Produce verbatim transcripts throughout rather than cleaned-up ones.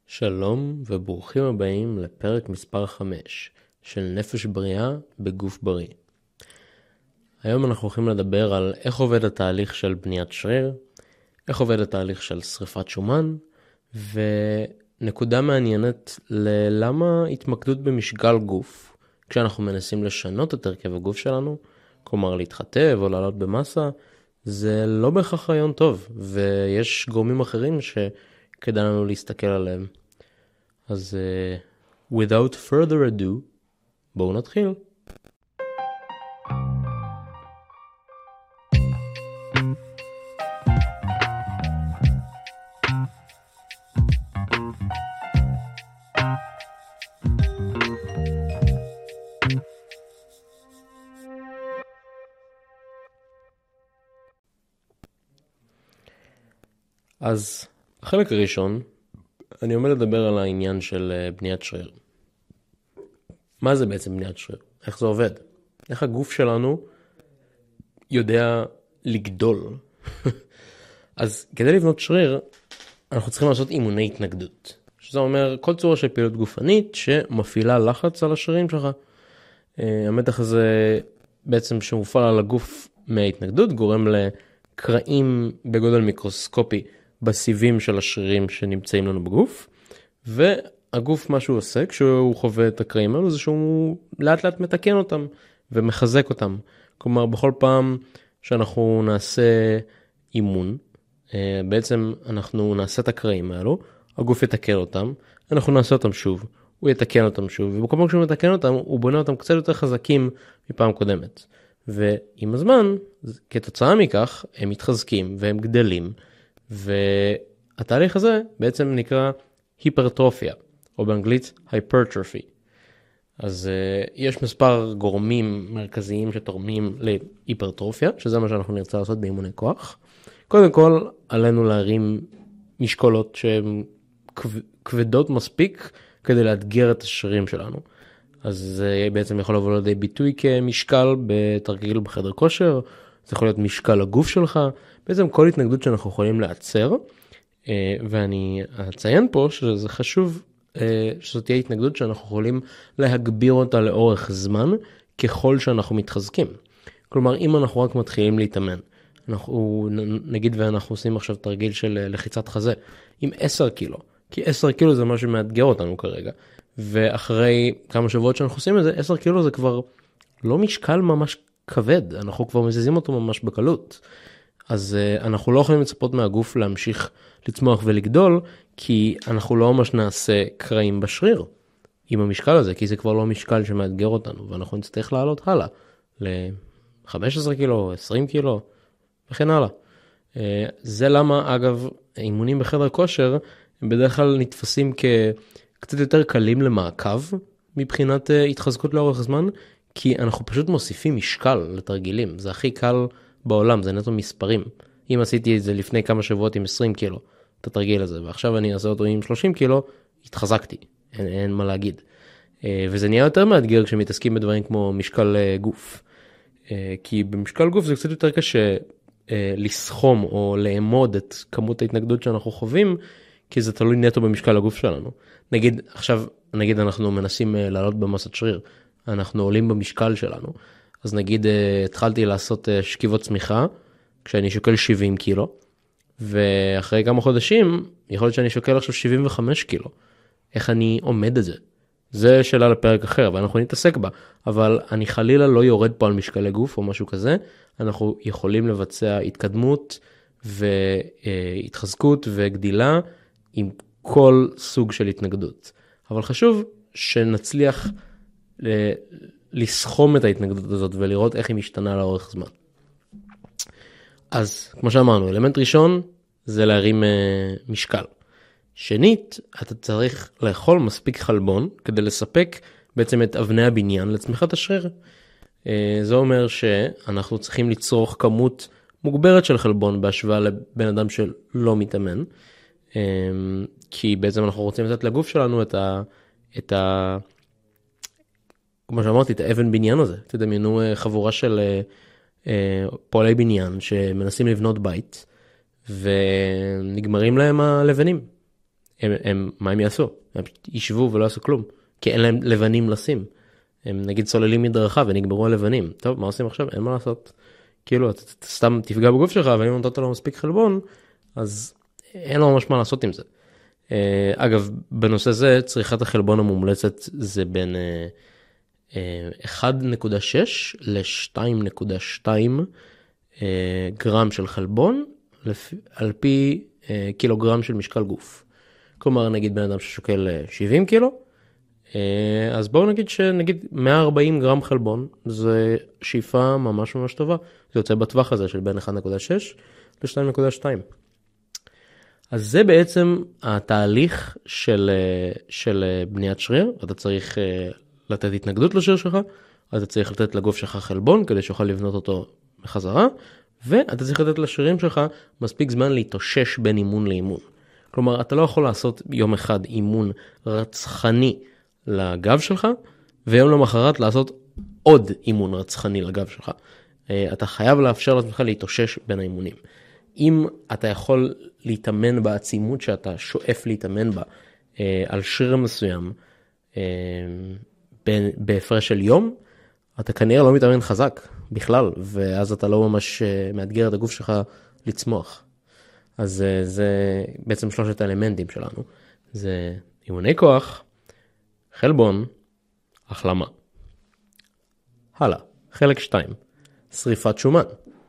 שלום וברוכים הבאים לפרק מספר חמש של נפש בריאה בגוף בריא. היום אנחנו הולכים לדבר על איך עובד התהליך של בניית שריר, איך עובד התהליך של שריפת שומן, ונקודה מעניינת ללמה התמקדות במשקל גוף, כשאנחנו מנסים לשנות את הרכב הגוף שלנו, כלומר להתחתב או לעלות במסה, זה לא בהכרח רעיון טוב, ויש גורמים אחרים שכדאי לנו להסתכל עליהם. אז uh, without further ado, בואו נתחיל. אז החלק הראשון, אני עומד לדבר על העניין של בניית שריר. מה זה בעצם בניית שריר? איך זה עובד? איך הגוף שלנו יודע לגדול? אז כדי לבנות שריר, אנחנו צריכים לעשות אימוני התנגדות. שזה אומר כל צורה של פעילות גופנית שמפעילה לחץ על השרירים שלך. המתח הזה בעצם שמופעל על הגוף מההתנגדות, גורם לקרעים בגודל מיקרוסקופי, בסיבים של השרירים שנמצאים לנו בגוף, והגוף מה שהוא עושה כשהוא חווה את הקרעים האלו זה שהוא לאט לאט מתקן אותם ומחזק אותם. כלומר בכל פעם שאנחנו נעשה אימון, בעצם אנחנו נעשה את הקרעים האלו, הגוף יתקן אותם, אנחנו נעשה אותם שוב, הוא יתקן אותם שוב, ובכל פעם כשהוא מתקן אותם הוא בונה אותם קצת יותר חזקים מפעם קודמת. ועם הזמן, כתוצאה מכך, הם מתחזקים והם גדלים, והתהליך הזה בעצם נקרא היפרטרופיה, או באנגלית hypertrophy. אז uh, יש מספר גורמים מרכזיים שתורמים להיפרטרופיה, שזה מה שאנחנו נרצה לעשות באימוני כוח. קודם כל, עלינו להרים משקולות שהן כבדות מספיק כדי לאתגר את השרירים שלנו. אז זה בעצם יכול לבוא לידי ביטוי כמשקל בתרגיל בחדר כושר, זה יכול להיות משקל הגוף שלך, בעצם כל התנגדות שאנחנו יכולים לעצר, ואני אציין פה שזה חשוב שזאת תהיה התנגדות שאנחנו יכולים להגביר אותה לאורך זמן, ככל שאנחנו מתחזקים. כלומר, אם אנחנו רק מתחילים להתאמן, אנחנו, נגיד ואנחנו עושים עכשיו תרגיל של לחיצת חזה, עם עשר קילו, כי עשר קילו זה מה שמאתגר אותנו כרגע, ואחרי כמה שבועות שאנחנו עושים את זה, עשר קילו זה כבר לא משקל ממש כבד, אנחנו כבר מזיזים אותו ממש בקלות. אז uh, אנחנו לא יכולים לצפות מהגוף להמשיך לצמוח ולגדול, כי אנחנו לא ממש נעשה קרעים בשריר עם המשקל הזה, כי זה כבר לא משקל שמאתגר אותנו, ואנחנו נצטרך לעלות הלאה, ל-חמש עשרה קילו, עשרים קילו, וכן הלאה. Uh, זה למה, אגב, אימונים בחדר כושר, הם בדרך כלל נתפסים כקצת יותר קלים למעקב, מבחינת uh, התחזקות לאורך זמן, כי אנחנו פשוט מוסיפים משקל לתרגילים, זה הכי קל בעולם, זה נטו מספרים. אם עשיתי את זה לפני כמה שבועות עם עשרים קילו, את התרגיל הזה, ועכשיו אני אעשה אותו עם שלושים קילו, התחזקתי, אין, אין מה להגיד. וזה נהיה יותר מאתגר כשמתעסקים בדברים כמו משקל גוף. כי במשקל גוף זה קצת יותר קשה לסכום או לאמוד את כמות ההתנגדות שאנחנו חווים, כי זה תלוי נטו במשקל הגוף שלנו. נגיד, עכשיו, נגיד אנחנו מנסים לעלות במסת שריר, אנחנו עולים במשקל שלנו. אז נגיד התחלתי לעשות שכיבות צמיחה, כשאני שוקל שבעים קילו, ואחרי כמה חודשים, יכול להיות שאני שוקל עכשיו שבעים וחמש קילו. איך אני עומד את זה? זה שאלה לפרק אחר, ואנחנו נתעסק בה, אבל אני חלילה לא יורד פה על משקלי גוף או משהו כזה, אנחנו יכולים לבצע התקדמות והתחזקות וגדילה עם כל סוג של התנגדות. אבל חשוב שנצליח לסכום את ההתנגדות הזאת ולראות איך היא משתנה לאורך זמן. אז כמו שאמרנו, אלמנט ראשון זה להרים uh, משקל. שנית, אתה צריך לאכול מספיק חלבון כדי לספק בעצם את אבני הבניין לצמיחת השריר. Uh, זה אומר שאנחנו צריכים לצרוך כמות מוגברת של חלבון בהשוואה לבן אדם שלא מתאמן, uh, כי בעצם אנחנו רוצים לתת לגוף שלנו את ה... את ה כמו שאמרתי, את האבן בניין הזה. תדמיינו חבורה של פועלי בניין שמנסים לבנות בית, ונגמרים להם הלבנים. הם, הם, מה הם יעשו? הם ישבו ולא יעשו כלום, כי אין להם לבנים לשים. הם נגיד צוללים מדרכה ונגמרו הלבנים. טוב, מה עושים עכשיו? אין מה לעשות. כאילו, אתה סתם תפגע בגוף שלך, ואם נתת לו מספיק חלבון, אז אין לו ממש מה לעשות עם זה. אגב, בנושא זה, צריכת החלבון המומלצת זה בין אחת נקודה שש ל-שתיים נקודה שתיים גרם של חלבון, על פי קילוגרם של משקל גוף. כלומר, נגיד בן אדם ששוקל שבעים קילו, אז בואו נגיד שנגיד מאה וארבעים גרם חלבון, זה שאיפה ממש ממש טובה. זה יוצא בטווח הזה של בין אחת נקודה שש ל-שתיים נקודה שתיים. אז זה בעצם התהליך של, של בניית שריר. אתה צריך לתת התנגדות לשריר שלך, אתה צריך לתת לגוף שלך חלבון כדי שיוכל לבנות אותו בחזרה, ואתה צריך לתת לשרירים שלך מספיק זמן להתאושש בין אימון לאימון. כלומר, אתה לא יכול לעשות יום אחד אימון רצחני לגב שלך, ויום למחרת לעשות עוד אימון רצחני לגב שלך. אתה חייב לאפשר לעצמך להתאושש בין האימונים. אם אתה יכול להתאמן בעצימות שאתה שואף להתאמן בה, על שריר מסוים, בהפרש של יום, אתה כנראה לא מתאמן חזק בכלל, ואז אתה לא ממש מאתגר את הגוף שלך לצמוח. אז זה בעצם שלושת האלמנטים שלנו. זה אימוני כוח, חלבון, החלמה. הלאה, חלק שתיים, שריפת שומן.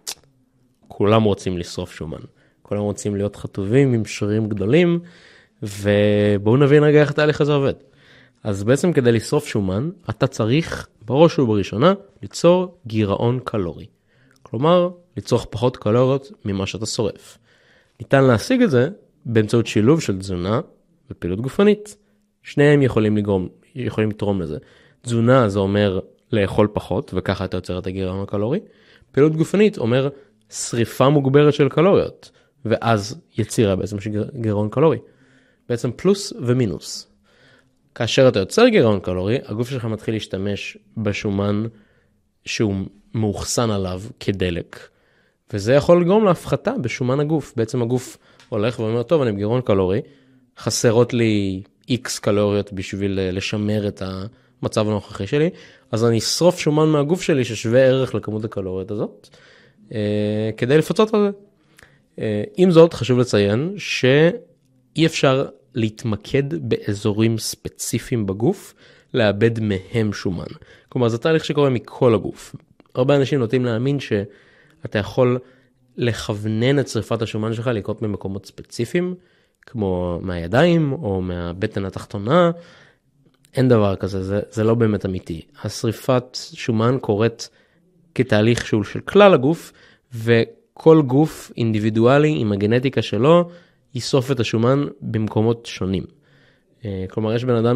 כולם רוצים לשרוף שומן. כולם רוצים להיות חטובים עם שרירים גדולים, ובואו נבין רגע איך התהליך הזה עובד. אז בעצם כדי לשרוף שומן, אתה צריך בראש ובראשונה ליצור גירעון קלורי. כלומר, לצרוך פחות קלוריות ממה שאתה שורף. ניתן להשיג את זה באמצעות שילוב של תזונה ופעילות גופנית. שניהם יכולים לגרום, יכולים לתרום לזה. תזונה זה אומר לאכול פחות, וככה אתה יוצר את הגירעון הקלורי. פעילות גופנית אומר שריפה מוגברת של קלוריות, ואז יצירה בעצם של גירעון קלורי. בעצם פלוס ומינוס. כאשר אתה יוצר גירעון קלורי, הגוף שלך מתחיל להשתמש בשומן שהוא מאוחסן עליו כדלק, וזה יכול לגרום להפחתה בשומן הגוף. בעצם הגוף הולך ואומר, טוב, אני בגירעון קלורי, חסרות לי איקס קלוריות בשביל לשמר את המצב הנוכחי שלי, אז אני אשרוף שומן מהגוף שלי ששווה ערך לכמות הקלוריות הזאת, אה, כדי לפצות על זה. אה, עם זאת, חשוב לציין שאי אפשר להתמקד באזורים ספציפיים בגוף, לאבד מהם שומן. כלומר, זה תהליך שקורה מכל הגוף. הרבה אנשים נוטים להאמין שאתה יכול לכוונן את שריפת השומן שלך לקרות ממקומות ספציפיים, כמו מהידיים או מהבטן התחתונה. אין דבר כזה, זה, זה לא באמת אמיתי. השריפת שומן קורית כתהליך שהוא של כלל הגוף, וכל גוף אינדיבידואלי עם הגנטיקה שלו, יסוף את השומן במקומות שונים. כלומר, יש בן אדם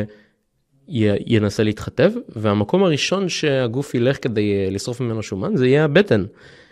שינסה להתחתב, והמקום הראשון שהגוף ילך כדי לשרוף ממנו שומן, זה יהיה הבטן.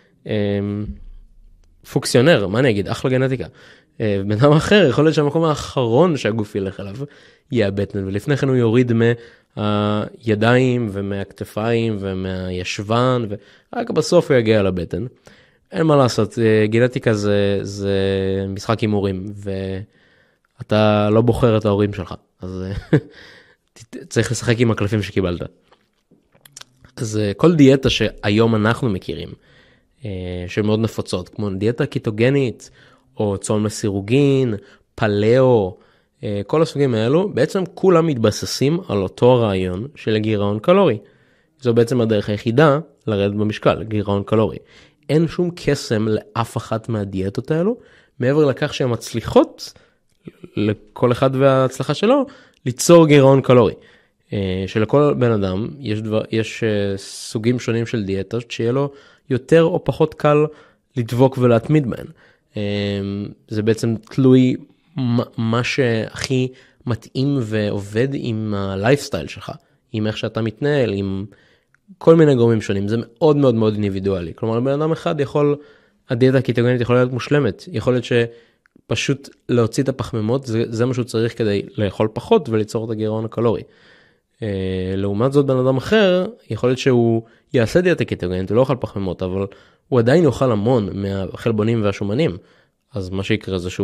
פוקסיונר, מה אני אגיד? אחלה גנטיקה. בן אדם אחר, יכול להיות שהמקום האחרון שהגוף ילך אליו, יהיה הבטן, ולפני כן הוא יוריד מהידיים ומהכתפיים ומהישבן, ורק בסוף הוא יגיע לבטן. אין מה לעשות, גנטיקה זה, זה משחק הימורים, ואתה לא בוחר את ההורים שלך, אז צריך לשחק עם הקלפים שקיבלת. אז כל דיאטה שהיום אנחנו מכירים, שמאוד נפוצות, כמו דיאטה קיטוגנית, או צאן לסירוגין, פלאו, כל הסוגים האלו, בעצם כולם מתבססים על אותו רעיון של גירעון קלורי. זו בעצם הדרך היחידה לרדת במשקל, גירעון קלורי. אין שום קסם לאף אחת מהדיאטות האלו, מעבר לכך שהן מצליחות, לכל אחד וההצלחה שלו, ליצור גירעון קלורי. שלכל בן אדם יש, דבר, יש סוגים שונים של דיאטות, שיהיה לו יותר או פחות קל לדבוק ולהתמיד בהן. זה בעצם תלוי מה שהכי מתאים ועובד עם הלייפסטייל שלך, עם איך שאתה מתנהל, עם כל מיני גורמים שונים. זה מאוד מאוד מאוד אינדיבידואלי. כלומר, לבן אדם אחד יכול, הדיאטה הקיטוגנית יכולה להיות מושלמת. יכול להיות שפשוט להוציא את הפחמימות, זה, זה מה שהוא צריך כדי לאכול פחות וליצור את הגירעון הקלורי. לעומת זאת, בן אדם אחר, יכול להיות שהוא יעשה דיאטה קיטוגנית, הוא לא אוכל פחמימות, אבל הוא עדיין יאכל המון מהחלבונים והשומנים. אז מה שיקרה זה שהוא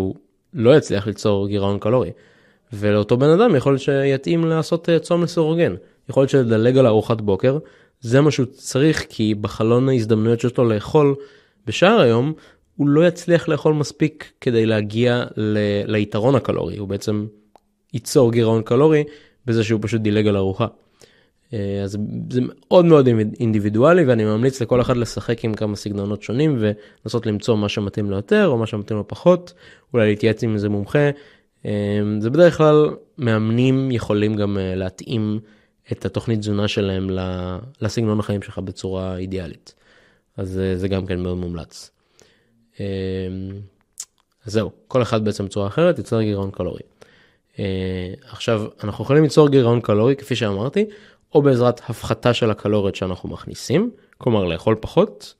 לא יצליח ליצור גירעון קלורי. ולאותו בן אדם יכול להיות שיתאים לעשות צום לסירוגן. יכול להיות שלדלג על ארוחת בוקר, זה מה שהוא צריך, כי בחלון ההזדמנויות שלו לאכול בשער היום, הוא לא יצליח לאכול מספיק כדי להגיע ל- ליתרון הקלורי. הוא בעצם ייצור גירעון קלורי בזה שהוא פשוט דילג על ארוחה. אז זה מאוד מאוד אינדיבידואלי, ואני ממליץ לכל אחד לשחק עם כמה סגנונות שונים, ולנסות למצוא מה שמתאים לו יותר, או מה שמתאים לו פחות, אולי להתייעץ עם איזה מומחה. זה בדרך כלל מאמנים יכולים גם להתאים את התוכנית תזונה שלהם לסגנון החיים שלך בצורה אידיאלית. אז זה גם כן מאוד מומלץ. אז זהו, כל אחד בעצם בצורה אחרת ייצור גירעון קלורי. עכשיו, אנחנו יכולים ליצור גירעון קלורי, כפי שאמרתי, או בעזרת הפחתה של הקלוריות שאנחנו מכניסים, כלומר לאכול פחות,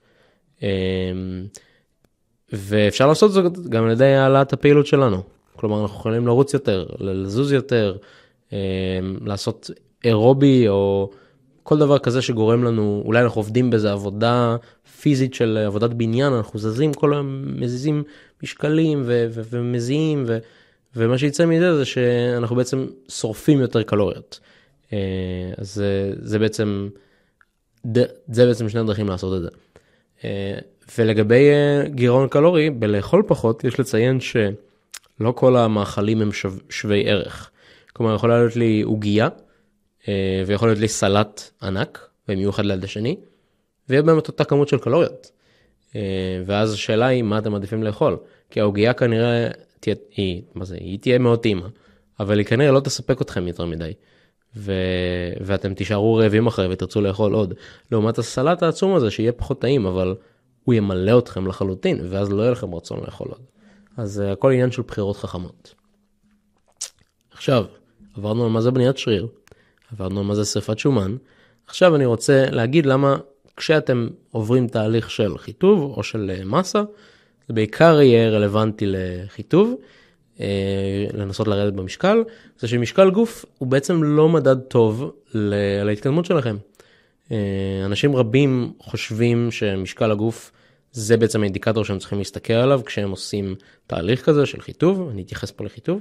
ואפשר לעשות זאת גם על ידי העלאת הפעילות שלנו. כלומר, אנחנו יכולים לרוץ יותר, לזוז יותר, לעשות אירובי, או כל דבר כזה שגורם לנו, אולי אנחנו עובדים באיזו עבודה פיזית של עבודת בניין, אנחנו זזים, כל היום מזיזים משקלים ו- ו- ומזיעים, ו- ומה שיצא מזה זה שאנחנו בעצם שורפים יותר קלוריות. אז זה, זה בעצם, זה בעצם שני דרכים לעשות את זה. ולגבי גירעון קלורי, בלאכול פחות, יש לציין שלא כל המאכלים הם שו, שווי ערך. כלומר, יכולה להיות לי עוגיה, ויכול להיות לי סלט ענק, והם יהיו אחד ליד השני, ויהיה באמת אותה כמות של קלוריות. ואז השאלה היא, מה אתם מעדיפים לאכול? כי העוגיה כנראה, תהיה, היא, מה זה, היא תהיה מאוד טעימה, אבל היא כנראה לא תספק אתכם יותר מדי. ו... ואתם תישארו רעבים אחרי ותרצו לאכול עוד. לעומת הסלט העצום הזה, שיהיה פחות טעים, אבל הוא ימלא אתכם לחלוטין, ואז לא יהיה לכם רצון לאכול עוד. אז uh, הכל עניין של בחירות חכמות. עכשיו, עברנו על מה זה בניית שריר, עברנו על מה זה שריפת שומן. עכשיו אני רוצה להגיד למה כשאתם עוברים תהליך של חיטוב או של uh, מסה, זה בעיקר יהיה רלוונטי לחיטוב, לנסות לרדת במשקל, זה שמשקל גוף הוא בעצם לא מדד טוב להתקדמות שלכם. אנשים רבים חושבים שמשקל הגוף זה בעצם האינדיקטור שהם צריכים להסתכל עליו כשהם עושים תהליך כזה של חיטוב, אני אתייחס פה לחיטוב,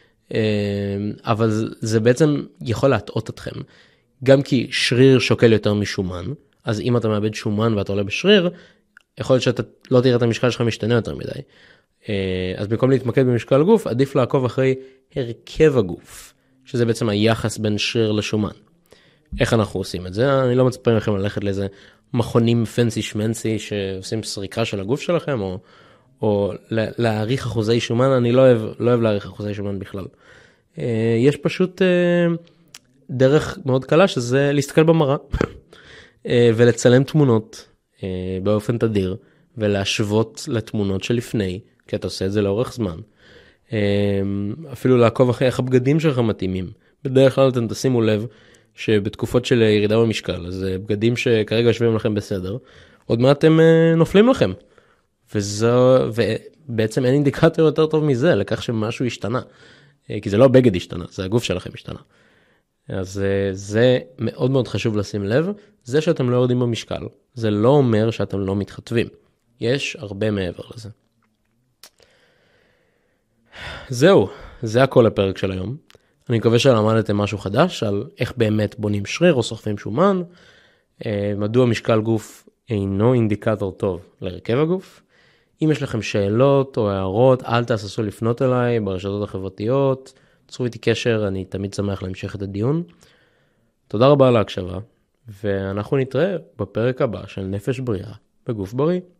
אבל זה בעצם יכול להטעות אתכם. גם כי שריר שוקל יותר משומן, אז אם אתה מאבד שומן ואתה עולה בשריר, יכול להיות שאתה לא תראה את המשקל שלך משתנה יותר מדי. אז במקום להתמקד במשקל גוף, עדיף לעקוב אחרי הרכב הגוף, שזה בעצם היחס בין שריר לשומן. איך אנחנו עושים את זה? אני לא מצפה לכם ללכת לאיזה מכונים פנסי שמנסי שעושים סריקה של הגוף שלכם, או, או להעריך אחוזי שומן. אני לא אוהב, לא אוהב להעריך אחוזי שומן בכלל. יש פשוט דרך מאוד קלה, שזה להסתכל במראה, ולצלם תמונות באופן תדיר, ולהשוות לתמונות שלפני, כי אתה עושה את זה לאורך זמן. אפילו לעקוב אחרי איך הבגדים שלך מתאימים. בדרך כלל אתם תשימו לב שבתקופות של ירידה במשקל, אז בגדים שכרגע יושבים לכם בסדר, עוד מעט הם נופלים לכם. וזו, ובעצם אין אינדיקטור יותר טוב מזה, לכך שמשהו השתנה. כי זה לא הבגד השתנה, זה הגוף שלכם השתנה. אז זה מאוד מאוד חשוב לשים לב. זה שאתם לא יורדים במשקל, זה לא אומר שאתם לא מתחתבים. יש הרבה מעבר לזה. זהו, זה הכל הפרק של היום. אני מקווה שלמדתם משהו חדש על איך באמת בונים שריר או שורפים שומן, מדוע משקל גוף אינו אינדיקטור טוב להרכב הגוף. אם יש לכם שאלות או הערות, אל תהססו לפנות אליי ברשתות החברתיות, צרו איתי קשר, אני תמיד שמח להמשיך את הדיון. תודה רבה על ההקשבה, ואנחנו נתראה בפרק הבא של נפש בריאה בגוף בריא.